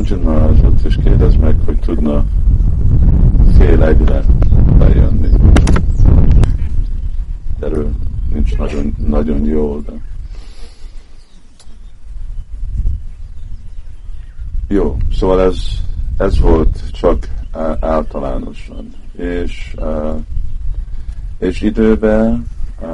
Arjun Maharajot, és kérdezd meg, hogy tudna fél egyre bejönni. Erről nincs nagyon, nagyon jó, de... Jó, szóval ez volt csak általánosan. És időben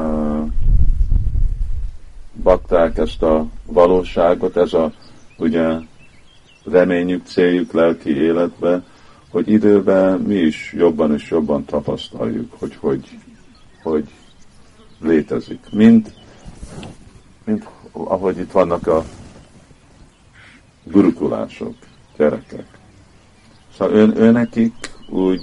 bakták ezt a valóságot, ez a ugye reményük, céljuk lelki életbe, hogy időben mi is jobban és jobban tapasztaljuk, hogy létezik. Mint ahogy itt vannak a gurukulások, gyerekek. Szóval őnekik úgy,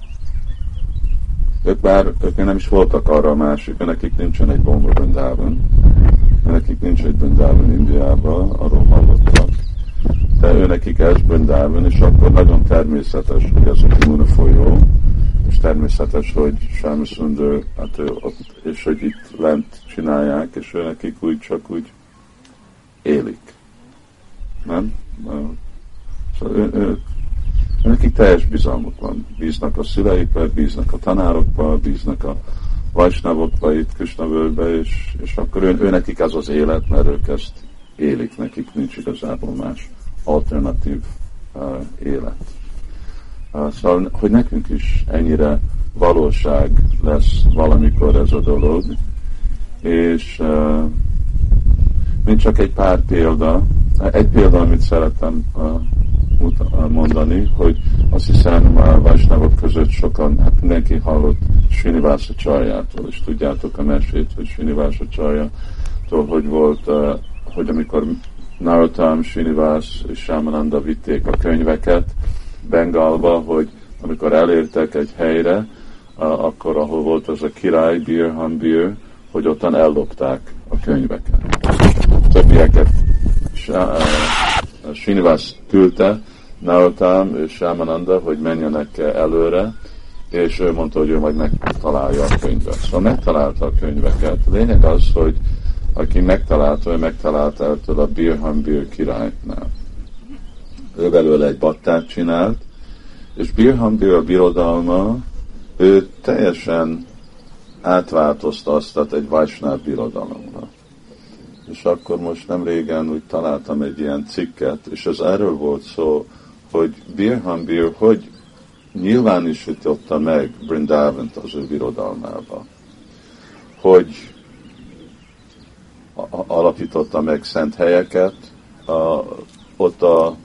ők nem is voltak arra a másik, őnekik nincsen egy bomba Brindában, őnekik nincs egy Brindában Indiában, arról hallottak. De őnekik ez Brindában, és akkor nagyon természetes, hogy ez a Kimuna folyó, és természetes, hogy Shyamsundar, hát és hogy itt lent csinálják, és őnekik úgy csak úgy élik. Nem? Szóval nekik teljes bizalmuk van. Bíznak a szüleikbe, bíznak a tanárokba, bíznak a vajsnavokba itt Krisna-völgybe, és akkor nekik ez az élet, mert ők ezt élik, nekik nincs igazából más alternatív élet. Szóval, hogy nekünk is ennyire valóság lesz valamikor ez a dolog, és mint csak egy pár példa, egy példa, amit szeretem mondani, hogy azt hiszem a vajsnavok között sokan, hát mindenki hallott Srinivasacharjától, és tudjátok a mesét, hogy Srinivasacharjától, hogy volt, hogy amikor Narottam, Srinivas és Shyamananda vitték a könyveket Bengalba, hogy amikor elértek egy helyre, akkor ahol volt az a király, Birhambir, hogy ottan ellopták a könyveket. Többieket Srinivas küldte Narottam és Shyamananda, hogy menjenek előre, és ő mondta, hogy ő majd megtalálja a könyvet. Szóval megtalálta a könyveket. Lényeg az, hogy aki megtalálta, ő megtalálta ettől a Birhambir királynál. Ő belőle egy baktát csinált, és Birhambir a birodalma, ő teljesen átváltozta azt egy Vajsnáv birodalomra. És akkor most nem régen úgy találtam egy ilyen cikket, és ez erről volt szó, hogy Birhambir hogy nyilvánosította meg Brindavant az ő birodalmába. Hogy alapította meg szent helyeket ott a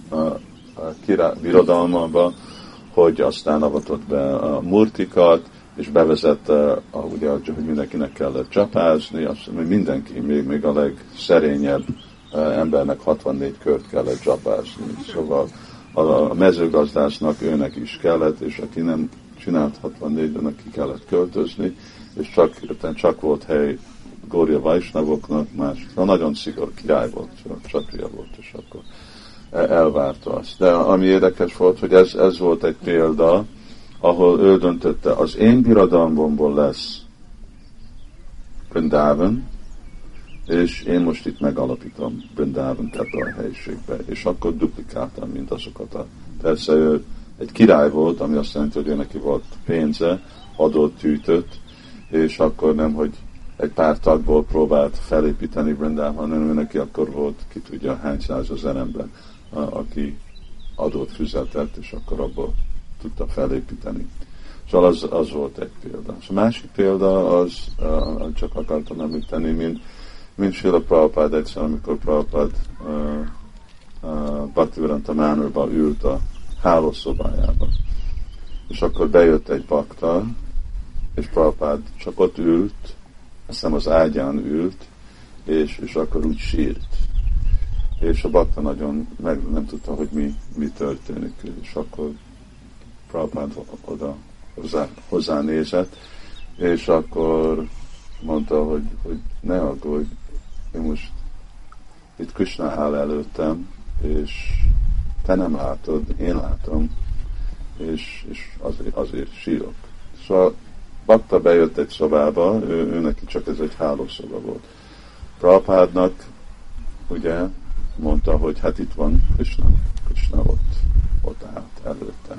birodalmába, hogy aztán avatott be a murtikat, és bevezette, ugye, hogy mindenkinek kellett csapázni, azt mondja, hogy mindenki, még a legszerényebb embernek 64 kört kellett csapázni. Szóval a mezőgazdásznak őnek is kellett, és aki nem csinált 64-ben, neki kellett költözni, és csak volt hely Gaudiya Vajsnavoknak, más. Nagyon szigorú király volt, Kshatriya volt, és akkor elvárta azt. De ami érdekes volt, hogy ez volt egy példa, ahol ő döntötte, az én birodalmomból lesz Brindavan, és én most itt megalapítom Brindavant ebbe a helyiségbe, és akkor duplikáltam mindazokat. Persze ő egy király volt, ami azt jelenti, hogy ő neki volt pénze, adott, gyűjtött, és akkor nem, hogy egy pár tagból próbált felépíteni Brindavan, hanem ő neki akkor volt, ki tudja, hány százezer ember, aki adott fizetett, és akkor abból tudta felépíteni. Szóval az volt egy példa. A másik példa az, csak akartam említeni, mint Srila Prabhupád egyszer, amikor Prabhupád Bhaktivedanta Manorba ült a hálószobájába. És akkor bejött egy bakta, és Prabhupád csak ott ült, aztán az ágyán ült, és akkor úgy sírt. És a bakta nagyon nem tudta, hogy mi történik. És akkor Prabhupád oda hozzánézett, és akkor mondta, hogy ne aggódj, én most itt Krishna áll előttem, és te nem látod, én látom, és azért sírok. Szóval bakta bejött egy szobába, ő neki csak ez egy hálószoba volt. Prabhupádnak ugye mondta, hogy hát itt van Krishna. Krishna ott állt előtte.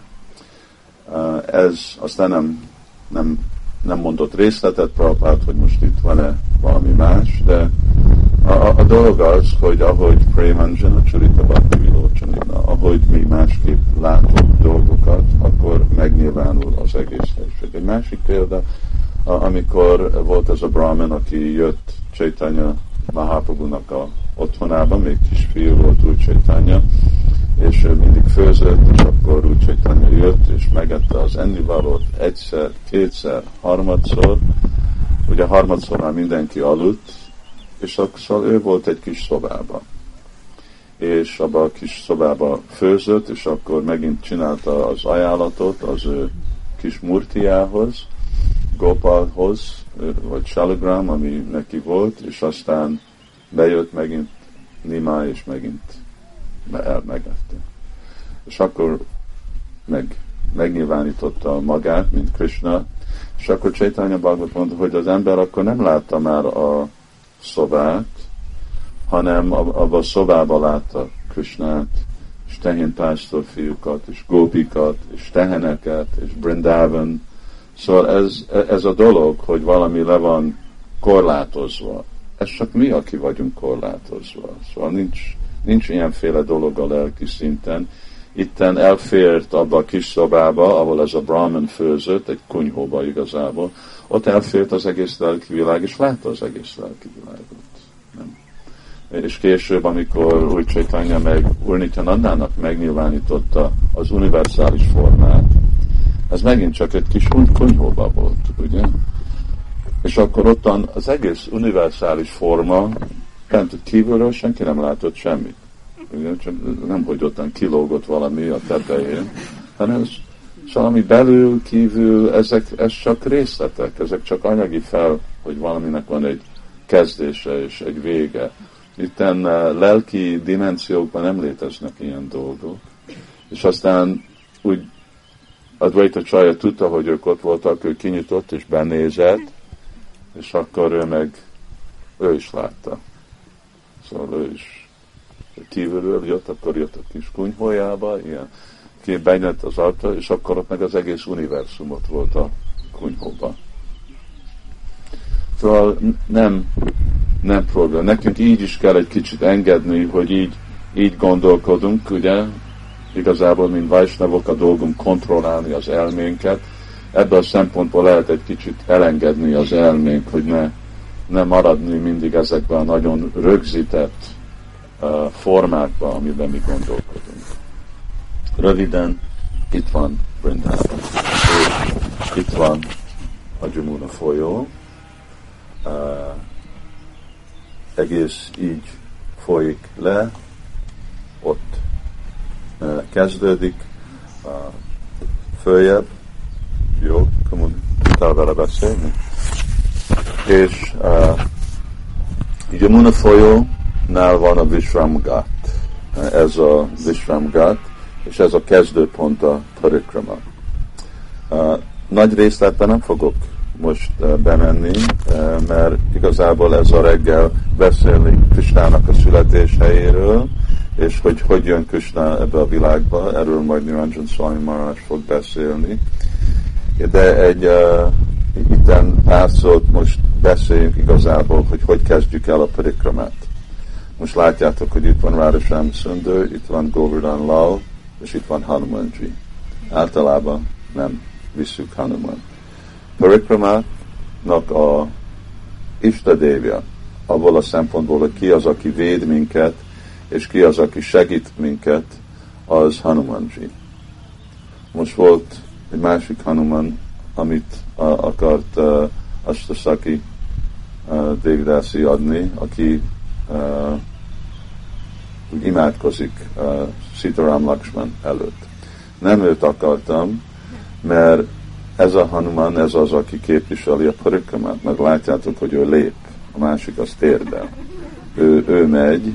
Ez aztán nem mondott részletet Prabhupád, hogy most itt van-e valami más, de a dolog az, hogy ahogy Premanjana Charita Bhakti Vilochanina, ahogy mi másképp látunk dolgokat, akkor megnyilvánul az egész helység. Egy másik példa, amikor volt ez a Brahman, aki jött Chaitanya Mahaprabhunak a otthonában, még kisfiú volt Úr Chaitanya, és ő mindig főzött, és akkor Úr Chaitanya jött, és megette az ennivalót egyszer, kétszer, harmadszor. Ugye harmadszor már mindenki aludt, és akkor ő volt egy kis szobában. És abban a kis szobában főzött, és akkor megint csinálta az ajánlatot az ő kis murtiához, Gopalhoz, vagy Shaligram, ami neki volt, és aztán bejött megint Nima, és megint megette. És akkor megnyilvánította magát, mint Krishna, és akkor Chaitanya Bhagavat mondta, hogy az ember akkor nem látta már a szobát, hanem abban a szobában látta Krishnát, és tehénpásztor fiúkat, és gópikat, és teheneket, és Brindavan. Szóval ez a dolog, hogy valami le van korlátozva. Ez csak mi, aki vagyunk korlátozva. Szóval nincs ilyenféle dolog a lelki szinten. Itten elfért abba a kis szobába, ahol ez a Brahman főzött, egy kunyhóba igazából. Ott elfért az egész lelki világ, és látta az egész lelki világot. Nem? És később, amikor Úr Chaitanya meg Úr Nityanandának megnyilvánította az univerzális formát, ez megint csak egy kis kunyhóba volt, ugye? És akkor ottan az egész univerzális forma, bent kívülről senki nem látott semmit. Ugye? Csak nem, hogy ottan kilógott valami a tetején, hanem ez valami belül, kívül, ez csak részletek, ezek csak anyagi hogy valaminek van egy kezdése és egy vége. Itten lelki dimenziókban nem léteznek ilyen dolgok. És aztán úgy Advaita Csalja tudta, hogy ők ott voltak, ő kinyitott és benézett, és akkor ő is látta. Szóval ő is kívülről jött, akkor jött a kis kunyhójába, ilyen benyett az ajtó, és akkor ott meg az egész univerzumot volt a kunyhóba. Szóval nem probléma. Nekünk így is kell egy kicsit engedni, hogy így gondolkodunk, ugye? Igazából, mint Vaisnavok, a dolgunk kontrollálni az elménket. Ebből a szempontból lehet egy kicsit elengedni az elménk, hogy ne maradni mindig ezekben a nagyon rögzített formákban, amiben mi gondolkodunk. Röviden, itt van Vrindavan. Itt van a Jamuna folyó. Egész így folyik le, ott kezdődik, följebb, jó, tudtál vele beszélni? És Jamuna folyónál van a Vishram Ghat. Ez a Vishram Ghat, és ez a kezdőpont a Parikrama. Nagy részletben nem fogok most bemenni, mert igazából ez a reggel beszélni Krishnának a születés helyéről, és hogy jön Krishna ebbe a világba, erről majd Niranjan Swami Maharaj fog beszélni. De itten pár szót most beszéljünk igazából, hogy kezdjük el a parikramát. Most látjátok, hogy itt van Radha Sundar, itt van Govardhan Lal, és itt van Hanumanji. Általában nem visszük Hanuman. Parikramának a Istadevja, abból a szempontból, hogy ki az, aki véd minket, és ki az, aki segít minket, az Hanumanji. Most volt egy másik Hanuman, amit akart Astasaki Devidasi adni, aki úgy imádkozik Sitaram Lakshman előtt. Nem őt akartam, mert ez a Hanuman, ez az, aki képviseli a parikramát, mert látjátok, hogy ő lép, a másik az térdel. Ő megy,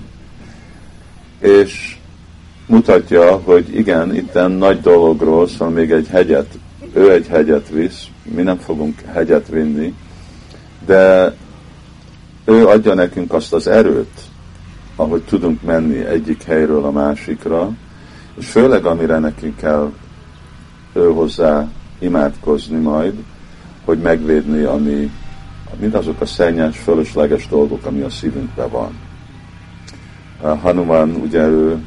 és mutatja, hogy igen, itten nagy dologról, szóval még ő egy hegyet visz, mi nem fogunk hegyet vinni, de ő adja nekünk azt az erőt, ahogy tudunk menni egyik helyről a másikra, és főleg amire nekünk kell ő hozzá imádkozni majd, hogy megvédni, ami mindazok a szennyes, fölösleges dolgok, ami a szívünkben van. Hanuman, ugye ő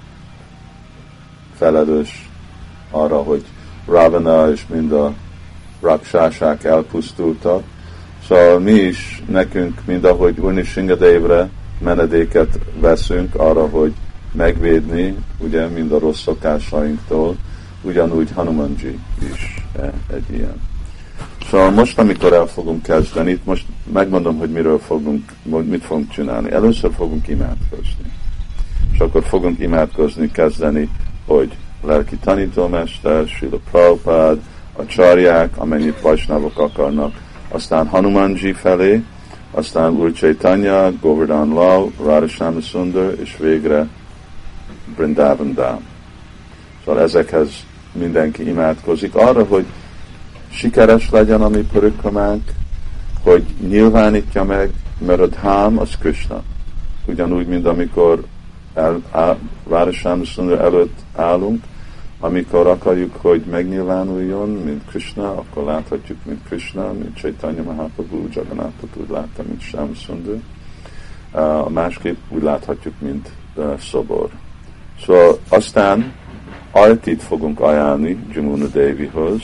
felelős arra, hogy Ravana és mind a raksásák elpusztultak. Szóval mi is nekünk, mind ahogy Úrni Singadevre menedéket veszünk arra, hogy megvédni, ugye, mind a rossz szokásainktól, ugyanúgy Hanumanji is egy ilyen. Szóval most, amikor el fogunk kezdeni, itt most megmondom, hogy mit fogunk csinálni. Először fogunk imádkozni. És akkor fogunk imádkozni, kezdeni, hogy lelki tanítómester, Srila Prabhupád, a csarják, amennyit vajsnavok akarnak, aztán Hanumanji felé, aztán Úr Chaitanya, Govardhan Lal, Radha Sundar, és végre Vrindavan Dham. Szóval ezekhez mindenki imádkozik arra, hogy sikeres legyen a mi parikramánk, hogy nyilvánítja meg, mert a dhám az Krishna. Ugyanúgy, mint amikor Radha Sundar előtt állunk, amikor akarjuk, hogy megnyilvánuljon, mint Krishna, akkor láthatjuk, mint Krishna, mint Chaitanya Mahaprabhu, Jagannath úgy látta, mint Shyam Sundar. Másképp úgy láthatjuk, mint szobor. Szóval aztán artit fogunk ajánlni Jamuna Devihoz.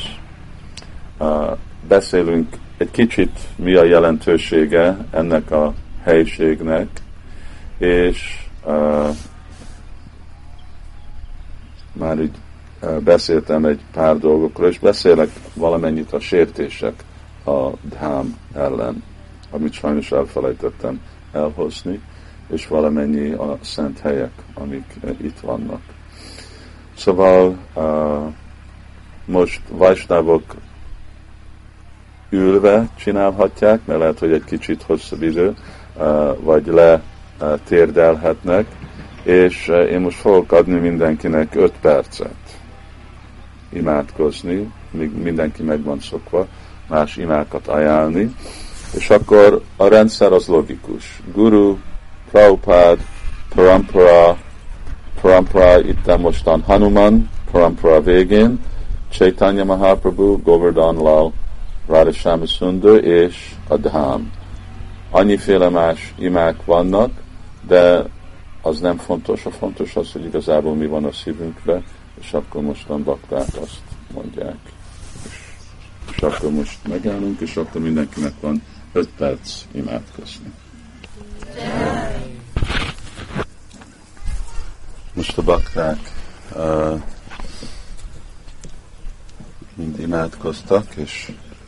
Beszélünk egy kicsit, mi a jelentősége ennek a helyiségnek, és már így beszéltem egy pár dolgokról, és beszélek valamennyit a sértések a dhám ellen, amit sajnos elfelejtettem elhozni, és valamennyi a szent helyek, amik itt vannak. Szóval most vajsnavok ülve csinálhatják, mert lehet, hogy egy kicsit hosszabb idő, vagy letérdelhetnek, és én most fogok adni mindenkinek 5 percet imádkozni, míg mindenki meg van szokva, más imákat ajánlni, és akkor a rendszer az logikus. Guru, Prabhupád, Parampara, itt mostan Hanuman, Parampara végén, Chaitanya Mahaprabhu, Govardhan Lal, Radha Sundar és a Dham. Annyiféle más imák vannak, de az nem fontos, a fontos az, hogy igazából mi van a szívünkbe, és akkor mostan bakták azt mondják. És akkor most megállunk, és akkor mindenkinek van 5 perc imádkozni. Most a bakták mind imádkoztak, és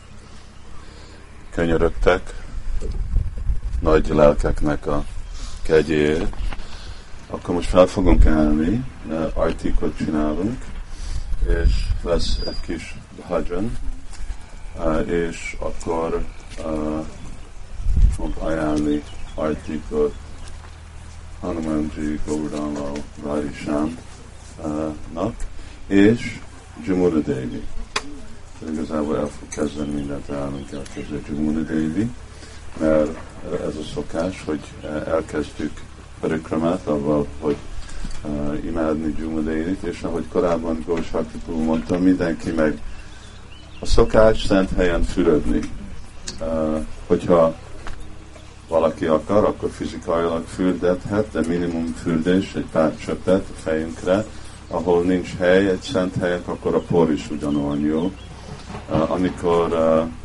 könyörögtek nagy lelkeknek a kegyéért. Akkor most fel fogunk állni, artikot csinálunk, és lesz egy kis bhajan, és akkor fogunk ajánlni artikot Hanumanji, Govardhan Lal, Radha Shyamnak, és Jamuna Devi. Igazából el fog kezdeni mindent, állunk elkezdeni Jamuna Devi, mert ez a szokás, hogy elkezdjük parikramát avval, hogy imádni Jamuna Devit, és ahogy korábban Gós Haktitul mondta, mindenki meg a szokás szent helyen fürödni. Hogyha valaki akar, akkor fizikailag fürdethet, de minimum fürdés, egy pár csöppet a fejünkre, ahol nincs hely, egy szent helyek, akkor a por is ugyanolyan jó. Amikor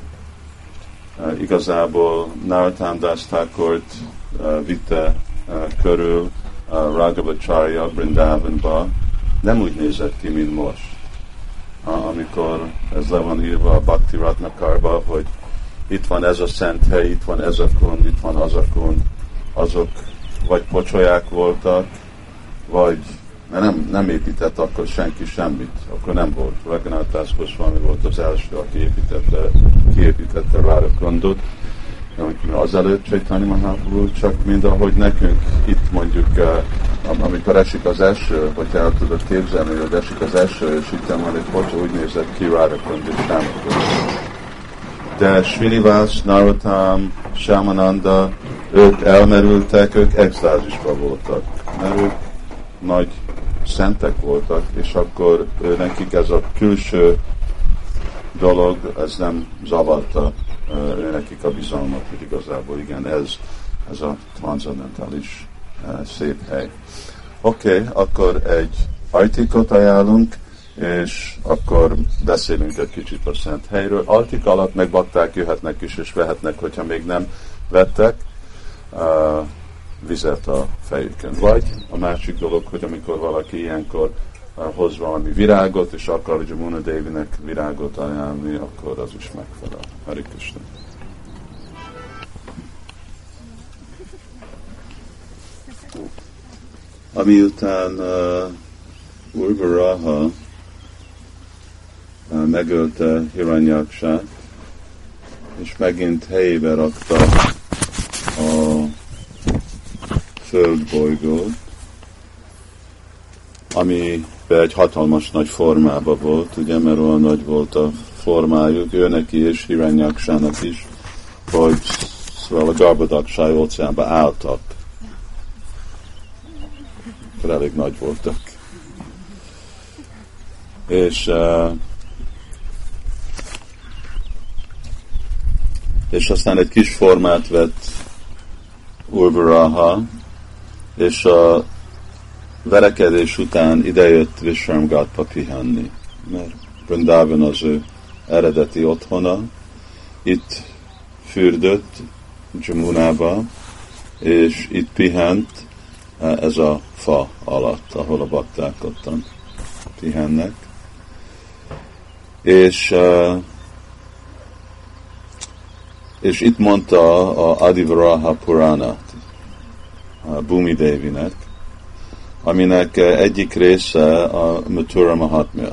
igazából Narottam Das Thakurt vitte körül Raghavacharya Vrindavanba, nem úgy nézett ki, mint most. Amikor ez le van írva a Bhakti Ratnakarba, hogy itt van ez a szent hely, itt van ez a kund, itt van az a kund, azok vagy pocsolyák voltak, vagy nem épített akkor senki semmit, akkor nem volt. Raghunath Das Goswami volt az első, aki kiépítette Radha-kundot, azelőtt Chaitanya Mahaprabhu, csak mind ahogy nekünk itt mondjuk, amikor esik az eső, hogy el tudod képzelni, hogy esik az eső, és itt van egy pocsa, úgy nézett ki Radha-kund és Shyama-kund. De Srinivas, Narottam, Shyamananda, ők elmerültek, ők extázisban voltak, mert ők nagy szentek voltak, és akkor nekik ez a külső dolog, ez nem zavarta nekik a bizalmat, hogy igazából igen, ez a transzendentális szép hely. Oké, akkor egy ajtikot ajánlunk, és akkor beszélünk egy kicsit a szent helyről. Ajtik alatt meg bakták jöhetnek is, és vehetnek, hogyha még nem vettek vizet a fejükön. Vagy a másik dolog, hogy amikor valaki ilyenkor hoz valami virágot, és akar Jamuna Devinek virágot ajánlani, akkor az is megfelel. Hare Krishna. Ami után Urvaraha megölte Hiranyakshát, és megint helyébe rakta a földbolygót, ami egy hatalmas nagy formában volt, ugye, mert olyan nagy volt a formájuk, ő neki és Hiranyakshának is, hogy szóval a Garbhadaksai óceánba álltak. Elég nagy voltak. És aztán egy kis formát vett Urvaraha, és a verekedés után idejött Vishramgatpa pihenni, mert Vrindavan az ő eredeti otthona, itt fürdött Jamunába, és itt pihent ez a fa alatt, ahol a bakták ottan pihennek. És itt mondta a Adivaraha Puránát a Bhumi Devinek, aminek egyik része a Mathura Mahatmya,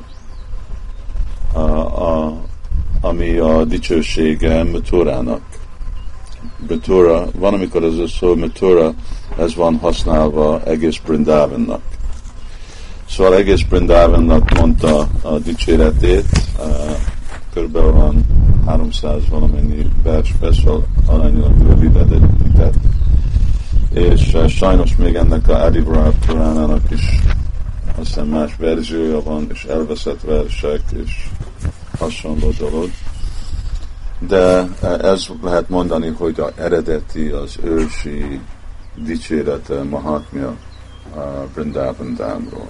ami a dicsősége Mathurának. Mathura, van amikor ez a szó Mathura, ez van használva egész Vrindavannak. Szóval egész Vrindavannak mondta a dicséretét, körülbelül van 300 valamennyi versbe, szóval aránylag rövidített. És sajnos még ennek a Adivaraha Puránának is aztán más verziója van, és elveszett versek, és hasonló dolog. De ez lehet mondani, hogy az eredeti, az ősi dicsérete Mahatmya Vrindavan Dhámról.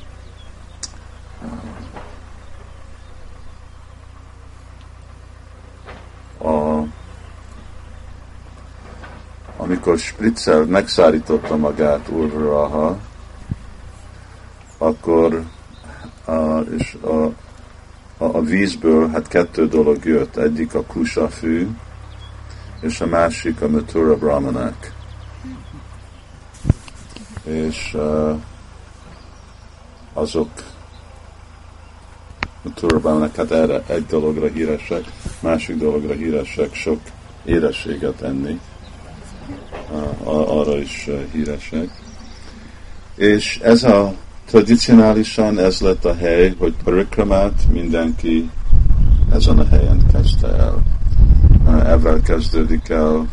Amikor Spritzel megszárította magát Urvaraha, akkor és a vízből hát kettő dolog jött. Egyik a Kusa fű, és a másik a Mathura Brahmanák. És azok Mathura Brahmanák hát erre egy dologra híresek, másik dologra híresek, sok érességet enni. Arra is híresek. És ez a tradicionálisan ez lett a hely, hogy parikramát mindenki ezen a helyen kezdte el. Ezzel kezdődik el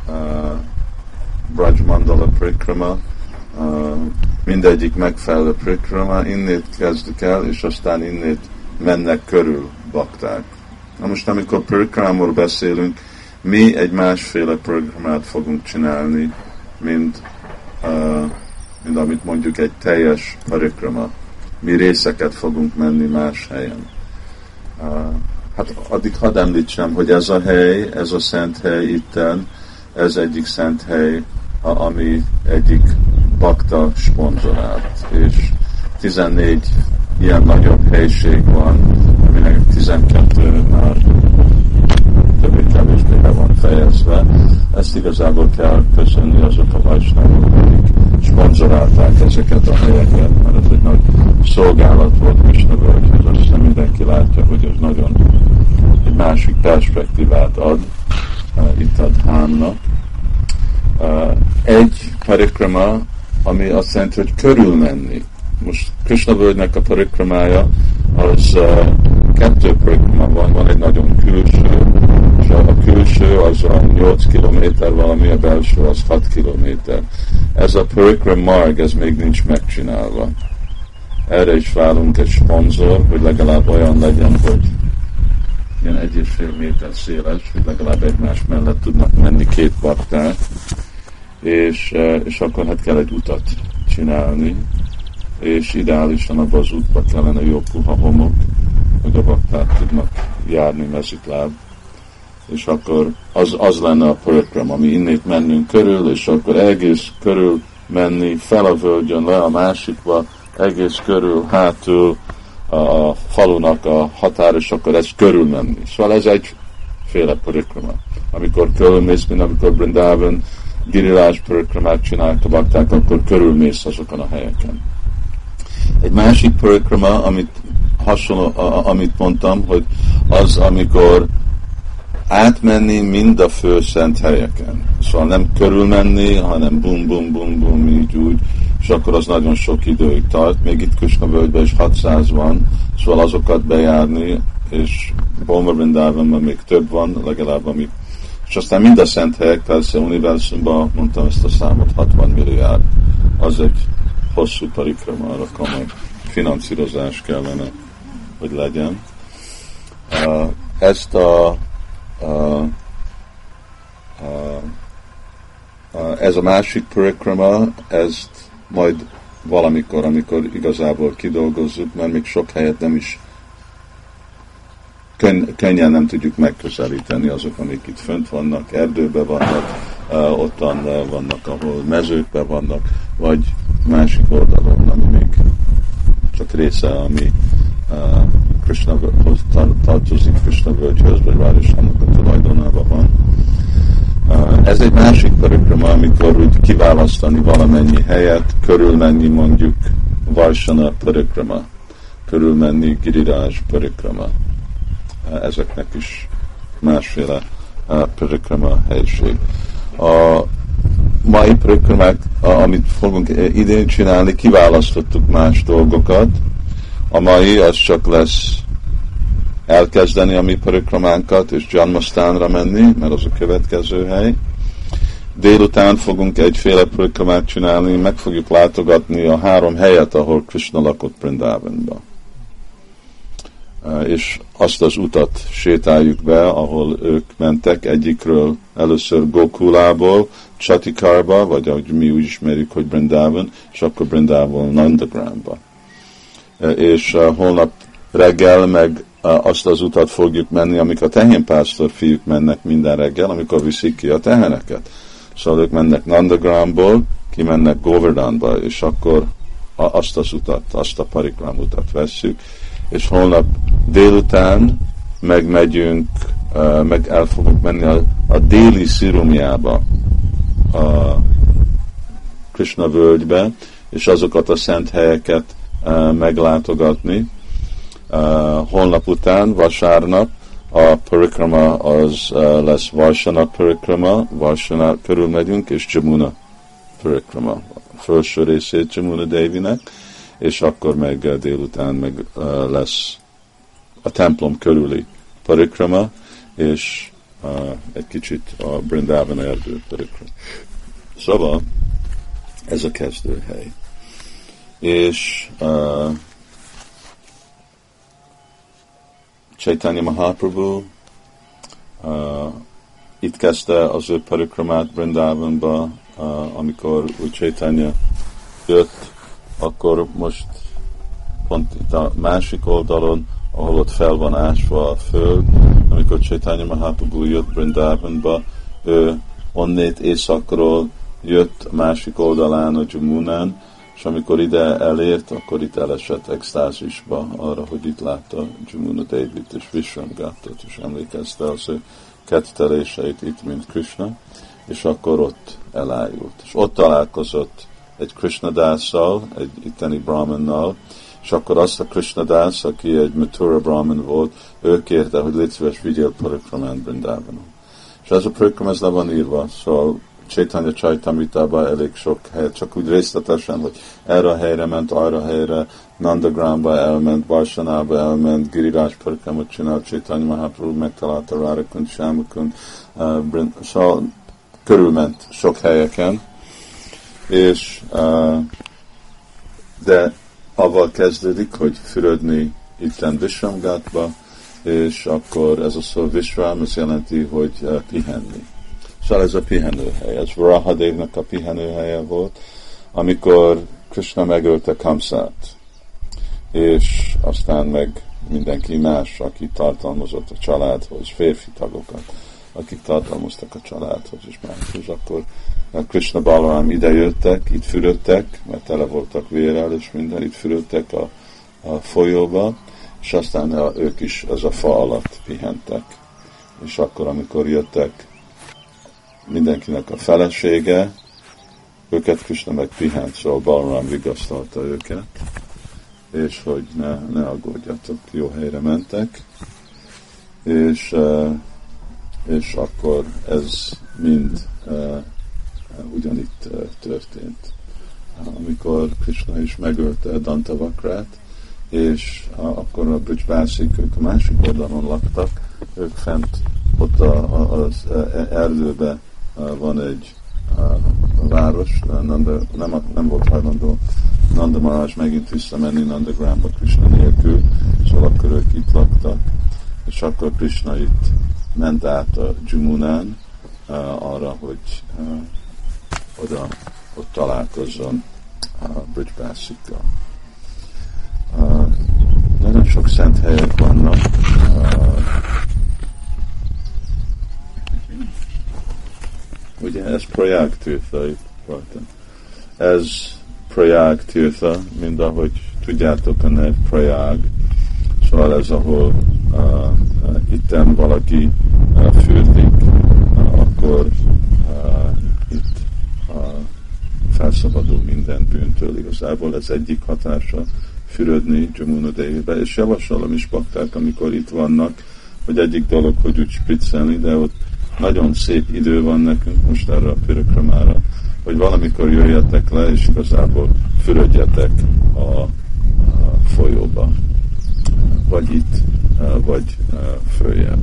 Braj Mandala Parikrama, mindegyik megfelelő parikrama, innét kezdik el, és aztán innét mennek körül bakták. Na most, amikor parikramról beszélünk, mi egy másféle programát fogunk csinálni, mint amit mondjuk egy teljes parikrama. Mi részeket fogunk menni más helyen. Hát addig hadd említsem, hogy ez a hely, ez a szent hely itten, ez egyik szent hely, ami egyik bakta szponzorált. És 14 ilyen nagyobb helység van, aminek 12 már többé-kevésbé be van fejezve. Ezt igazából kell köszönni azok a vajsnávok, akik szponzorálták ezeket a helyeket, mert ez egy nagy szolgálat volt Krishna völgyhez. Azt hiszem mindenki látja, hogy ez nagyon egy másik perspektívát ad itt a Dhámnak. Egy parikrama, ami azt jelenti, hogy körülmenni. Most Krishna völgynek a parikramája az kettő parikrama van egy nagyon külső, és a külső az a 8 kilométer valami, a belső az 6 kilométer. Ez a parikram marg, ez még nincs megcsinálva. erre is válunk egy szponzor, hogy legalább olyan legyen, hogy ilyen 1,5 méter széles, hogy legalább egymás mellett tudnak menni két bakták, és akkor hát kell egy utat csinálni, és ideálisan abban az útba kellene jó puha homok, hogy a bakták tudnak járni mezitláb, és akkor az lenne a program, ami innét mennünk körül, és akkor egész körül menni, fel a völgyön, le a másikba, egész körül, hátul, a falunak a határ, és akkor ez körül menni. Szóval ez egyféle parikrama. Amikor körülmész, mint amikor Brindavan Giriraj parikramát csinálják a bakták, akkor körülmész azokon a helyeken. Egy másik parikrama, amit mondtam, hogy az, amikor átmenni mind a fő szent helyeken. Szóval nem körülmenni, hanem bum, bum, bum, bum, így úgy, és akkor az nagyon sok időig tart. Még itt Krishna völgyben is 600 van, szóval azokat bejárni, és Boma Vrindavanban még több van, legalább ami. És aztán mind a szent helyek, persze univerzumban, mondtam ezt a számot, 60 milliárd. Az egy hosszú parikrama, arra komoly finanszírozás kellene, hogy legyen. Ezt ez a másik parikrama, ezt majd valamikor, amikor igazából kidolgozzuk, mert még sok helyet nem is könnyen nem tudjuk megközelíteni, azok, amik itt fönt vannak, erdőben vannak, ottan vannak, ahol mezőkben vannak, vagy másik oldalon, ami még csak része, ami Krishnahoz tartozik, Krishna völgyhöz, vagy városnak a tulajdonában van. Ez egy másik parikrama, amikor úgy kiválasztani valamennyi helyet, körülmenni mondjuk Varsana parikrama, körülmenni Giriraj parikrama. Ezeknek is másféle parikrama helység. A mai parikramák, amit fogunk idén csinálni, kiválasztottuk más dolgokat. A mai az csak lesz elkezdeni a mi parikramánkat, és Janmasthanra menni, mert az a következő hely. Délután fogunk egyféle parikramát csinálni, meg fogjuk látogatni a 3 helyet, ahol Krishna lakott Vrindavanban. És azt az utat sétáljuk be, ahol ők mentek, egyikről először Gokulából, Chatikarba, vagy ahogy mi úgy ismerjük, hogy Vrindavan, és akkor Vrindavan Nandagramba. És holnap reggel meg azt az utat fogjuk menni, amikor a tehénpásztor fiúk mennek minden reggel, amikor viszik ki a teheneket. Szóval ők mennek Nandagramból, kimennek Govardhanba, és akkor azt az utat, azt a parikram utat vesszük, és holnap délután megmegyünk, meg el fogunk menni a déli Szirumjába, a Krishna völgybe, és azokat a szent helyeket meglátogatni. Holnap után, vasárnap a parikrama az lesz Varsana parikrama, Varsana körül megyünk, és Jamuna parikrama, a felső részét Jamuna Devinek, és akkor meg délután meg lesz a templom körüli parikrama, és egy kicsit a Brindavan erdő parikrama. Szóval ez a kezdőhely. És Chaitanya Mahaprabhu itt kezdte az ő parikramát Brindavanba, amikor úgy Chaitanya jött, akkor most pont itt a másik oldalon, ahol ott fel van ásva a föld, amikor Chaitanya Mahaprabhu jött Brindavanba, ő onnét északról jött a másik oldalán, a Jamunán, és amikor ide elért, akkor itt elesett extázisba arra, hogy itt látta Jamuna Devit és Vishramgatot, és emlékezte az ő ketteléseit itt, mint Krishna, és akkor ott elájult. És ott találkozott egy Krishnadásszal, egy itteni Brahmannal, és akkor azt a Krishnadász, aki egy Mathura Brahman volt, ő kérte, hogy légy szíves, vigyél parikramán Brindavanon. És ez a parikrama ez le van írva, szóval Chaitanya Charitamritában elég sok helyet, csak úgy részletesen, hogy erre a helyre ment, arra a helyre, Nandagramba elment, Varsanába elment, Giriraj parikramot csinált, Chaitanya Mahaprabhu megtalálta Radhakund, Syamakund, szóval körülment sok helyeken, és de avval kezdődik, hogy fürödni itten Visramgátba, és akkor ez a szó Visram, ez jelenti, hogy pihenni. Szóval ez a pihenőhely, ez Varahadevnak a pihenőhelye volt, amikor Krishna megölte Kamsát, és aztán meg mindenki más, aki tartalmazott a családhoz, férfi tagokat, akik tartalmaztak a családhoz és más. És akkor Krishna Balaram idejöttek, itt fürödtek, mert tele voltak vérrel, és minden itt fürödtek a folyóba, és aztán ők is az a fa alatt pihentek. És akkor, amikor jöttek mindenkinek a felesége, őket Krishna meg pihent, szóval Balaram vigasztalta őket, és hogy ne aggódjatok, jó helyre mentek, és akkor ez mind ugyanitt történt. Amikor Krishna is megölte Dantavakrát, és akkor a Brijbászik, ők a másik oldalon laktak, ők fent ott az erdőben van egy város, nem volt hajlandó Nanda Maharaj megint visszamenni Nandagramba Krishna nélkül, szóval akkor ők itt laktak, és akkor Krishna itt ment át a Jumunán arra, hogy ott találkozzon Brijbásikkal. Nagyon sok szent helyek vannak. Ugye ez Prayag Tirtha itt rajta. Ez Prayag Tirtha, mind ahogy tudjátok a nev Prayag, szóval ez ahol itten valaki fürdik, akkor itt felszabadul minden bűntől. Igazából ez egyik hatása fürödni Jamuna Devibe, és javasolom is bakták, amikor itt vannak, hogy egyik dolog, hogy úgy spriccelni, de ott nagyon szép idő van nekünk most erre a pirikramára, hogy valamikor jöjjetek le, és igazából fürödjetek a folyóba. Vagy itt, vagy följebb.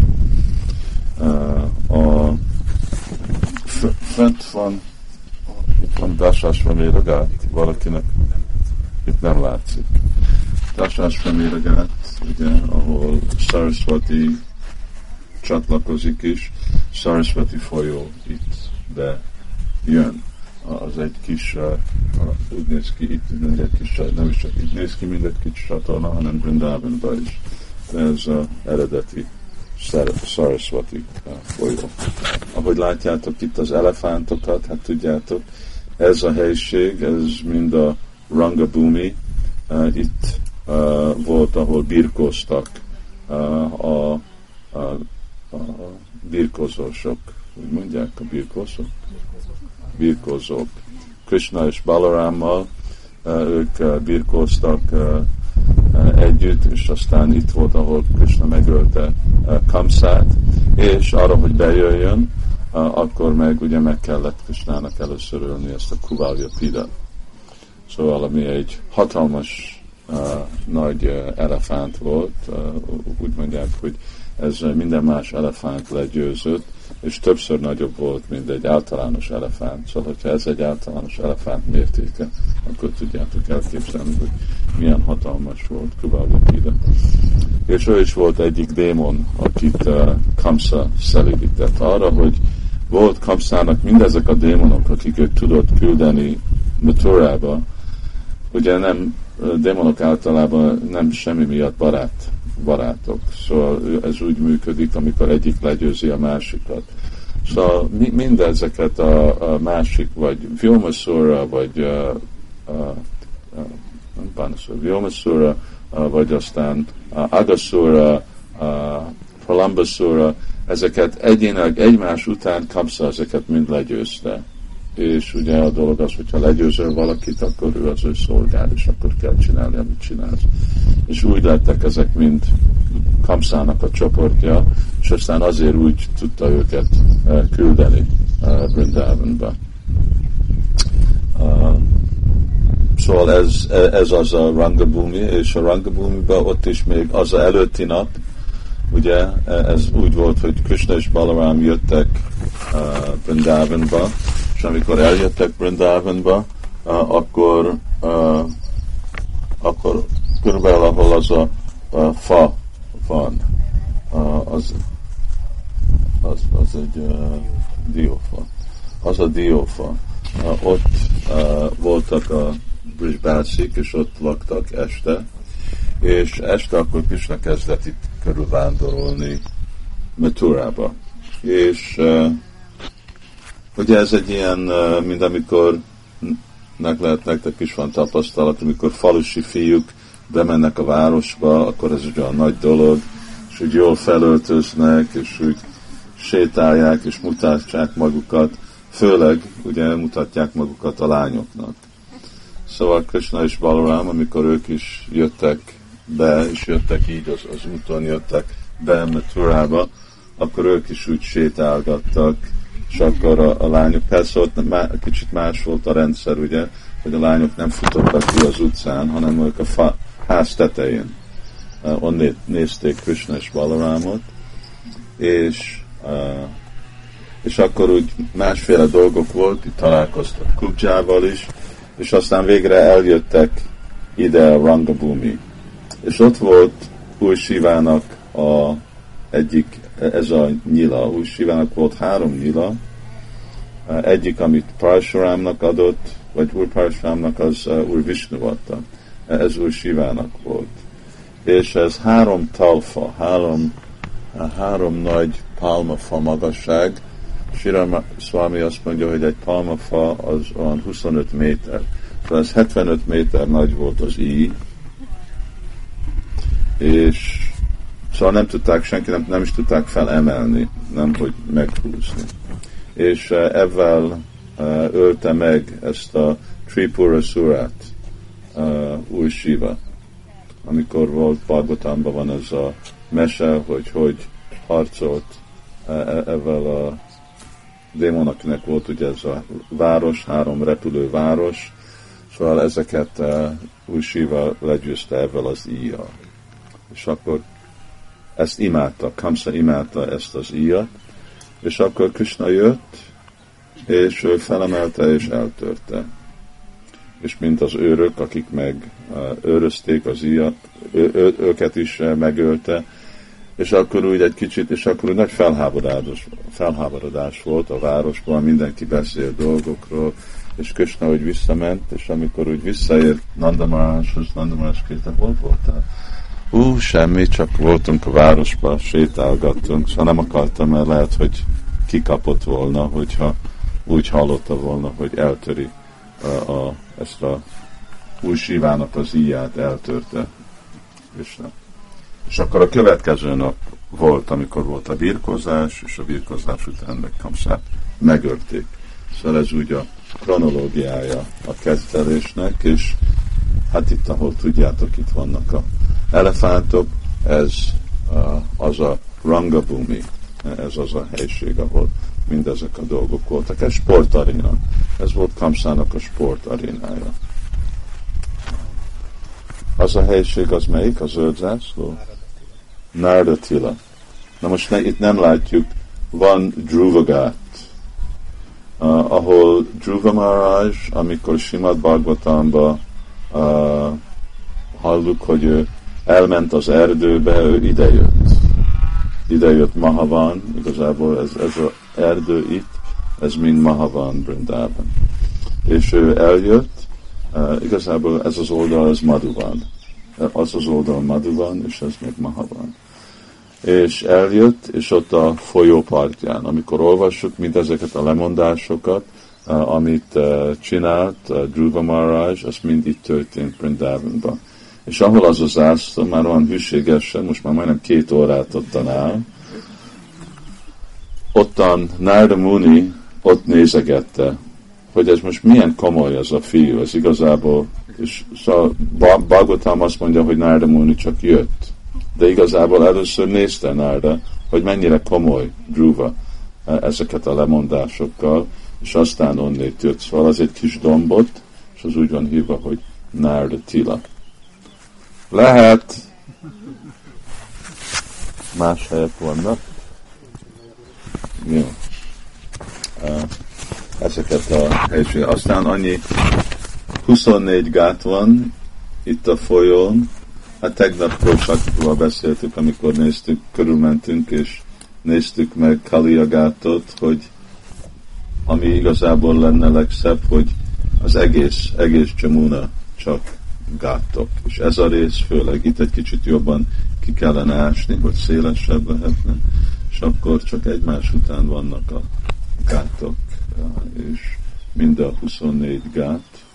Fent van, itt van Dasasvamedha, valakinek itt nem látszik. Dasasvamedha, ugye, ahol Saraswati csatlakozik is, Saraswati folyó itt bejön. Az egy kis, úgy néz ki, itt egy kis, nem is csak így néz ki, mint egy kis csatorna, hanem Vrindavanban is. De ez az eredeti Saraswati folyó. Ahogy látjátok itt az elefántokat, hát tudjátok, ez a helység, ez mind a Rangabhumi, itt volt, ahol birkóztak a birkózósok. Úgy mondják a birkózók? Birkózók. Krishna és Balarammal ők birkóztak együtt, és aztán itt volt, ahol Krishna megölte Kamsát, és arra, hogy bejöjjön, akkor ugye meg kellett Krishnának először ölni ezt a Kuvalya Pidat. Szóval ami egy hatalmas nagy elefánt volt, úgy mondják, hogy ez minden más elefánt legyőzött, és többször nagyobb volt, mint egy általános elefánt. Szóval, hogyha ez egy általános elefánt mértéke, akkor tudjátok elképzelni, hogy milyen hatalmas volt Kuvalya Pida. És ő is volt egyik démon, akit Kamsa szelídített arra, hogy volt Kamsának mindezek a démonok, akik őt tudott küldeni Mathurába. Ugye nem, démonok általában nem semmi miatt barátok. Szóval ez úgy működik, amikor egyik legyőzi a másikat. Szóval mindezeket a másik, vagy Vyomasura, vagy Vyomasura, vagy aztán Agasura, Pralambasura, ezeket egyénileg egymás után Kamsa ezeket mind legyőzte. És ugye a dolog az, hogyha legyőzöl valakit, akkor ő az ő szolgál, és akkor kell csinálni, amit csinálsz. És úgy lettek ezek mind Kamsának a csoportja, és aztán azért úgy tudta őket küldeni Vrindavanba. Szóval ez az a Rangabhumi, és a Rangabhumiban ott is még az a előtti nap, ugye ez úgy volt, hogy Krishna és Balaram jöttek Vrindavanba, és amikor eljöttek Vrindavanba, akkor körülbelül ahol az a fa van, az egy diófa. Az a diófa. Ott voltak a Brisbászik, és ott laktak este, és este akkor Krishna kezdett itt körülvándorolni Mathurába. És ugye ez egy ilyen, mint amikor nektek is van tapasztalat, amikor falusi fiúk bemennek a városba, akkor ez egy olyan nagy dolog, és úgy jól felöltöznek, és úgy sétálják, és mutatják magukat, főleg ugye mutatják magukat a lányoknak. Szóval Krishna és Balaram, amikor ők is jöttek be, és jöttek így az úton, jöttek be Mathurába, akkor ők is úgy sétálgattak, és akkor a lányok, persze ott kicsit más volt a rendszer, ugye, hogy a lányok nem futottak ki az utcán, hanem ők a ház tetején. Onnét nézték Krishna és Balaramot, és akkor úgy másféle dolgok volt, itt találkoztak Kubjával is, és aztán végre eljöttek ide a Rangabhumi. És ott volt Úr Sivának ez a nyila. Úr Sivának volt 3 nyila. Egyik, amit Parshurámnak adott, vagy Úr Parshurámnak, az Úr Vishnu adta. Ez Úr Sivának volt. És ez 3 talfa, 3 nagy pálmafa magasság. Sri Swami azt mondja, hogy egy pálmafa az olyan 25 méter. Szóval ez 75 méter nagy volt az íj, és szóval nem tudták, senki nem is tudták felemelni, nem hogy meghúzni. És ezzel ölte meg ezt a Tripura Surát, Úr Siva. Amikor volt Bhagavatamban van ez a mese, hogy harcolt ezzel a démonoknak volt ugye ez a város, 3 repülő város, szóval ezeket Úr Siva legyőzte ezzel az íjjal. És akkor ezt imádta, Kamsa imádta ezt az íjat, és akkor Krishna jött, és ő felemelte és eltörte. És mint az őrök, akik meg őrözték az íjat, őket is megölte, és akkor úgy egy kicsit, és akkor úgy nagy felháborodás volt a városban, mindenki beszél dolgokról, és Krishna úgy visszament, és amikor úgy visszaért Nanda Maharajhoz, Nanda Maharaj kérdezte, hol voltál? Semmi, csak voltunk a városban, sétálgattunk, szóval nem akartam, mert lehet, hogy kikapott volna, hogyha úgy hallotta volna, hogy eltöri ezt a Úr Sivának az íját, eltörte Krishna. És akkor a következő nap volt, amikor volt a birkózás, és a birkózás után meg Kamsát megölték. Szóval ez úgy a kronológiája a kezdelésnek, és hát itt, ahol tudjátok, itt vannak a elefántok, ez az a Rangabhumi, ez az a helység, ahol mindezek a dolgok voltak. Ez sportaréna. Ez volt Kamsának a sportarénája. Az a helység az melyik? A zöld zászló? Narada Tila. Na most itt nem látjuk, van Dhruva-gát, ahol Dhruva Maharaj, amikor Srimad Bhagavatamban halljuk, hogy ő elment az erdőbe, ő idejött. Idejött Mahavan, igazából ez az erdő itt, ez mind Mahavan Brindában. És ő eljött, igazából ez az oldal, ez Madhuvan. Az az oldal Madhuvan, és ez még Mahavan. És eljött, és ott a folyó partján, amikor olvassuk mindezeket a lemondásokat, amit csinált Dhruva Maharaj, az mind itt történt Brindavanban. És ahol az zászló, már olyan hűségesen, most már majdnem 2 órát ottan áll, ottan Narada Muni ott nézegette, hogy ez most milyen komoly ez a fiú, ez igazából, és szóval Bhagavatam azt mondja, hogy Narada Muni csak jött, de igazából először nézte Narada, hogy mennyire komoly Dhruva ezeket a lemondásokkal, és aztán onnét jött. Szóval az egy kis dombot, és az úgy van hívva, hogy Narada Tila. Lehet más helyek vannak. Jó. Ezeket a helységeket. Aztán annyi 24 gát van, itt a folyón. Hát tegnapról Saktival beszéltük, amikor körülmentünk, és néztük meg Kaliya Gátot, hogy ami igazából lenne legszebb, hogy az egész Jamuna csak gátok. És ez a rész főleg itt egy kicsit jobban ki kellene ásni, hogy szélesebb lehetne, és akkor csak egymás után vannak a gátok, és mind a 24 gát.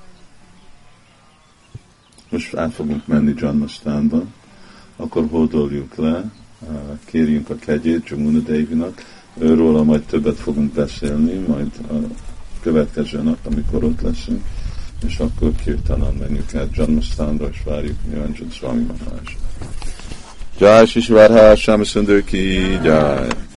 Most át fogunk menni Janmasthanba, akkor hódoljuk le, kérjünk a kegyét Jamuna Devinak, őróla majd többet fogunk beszélni, majd a következő nap, amikor ott leszünk, és akkor kirtanan menjünk át Janmasthanra, és várjuk Niranjan Swami Maharaj. Jai Shri Radha Shyama Sundar ki jai.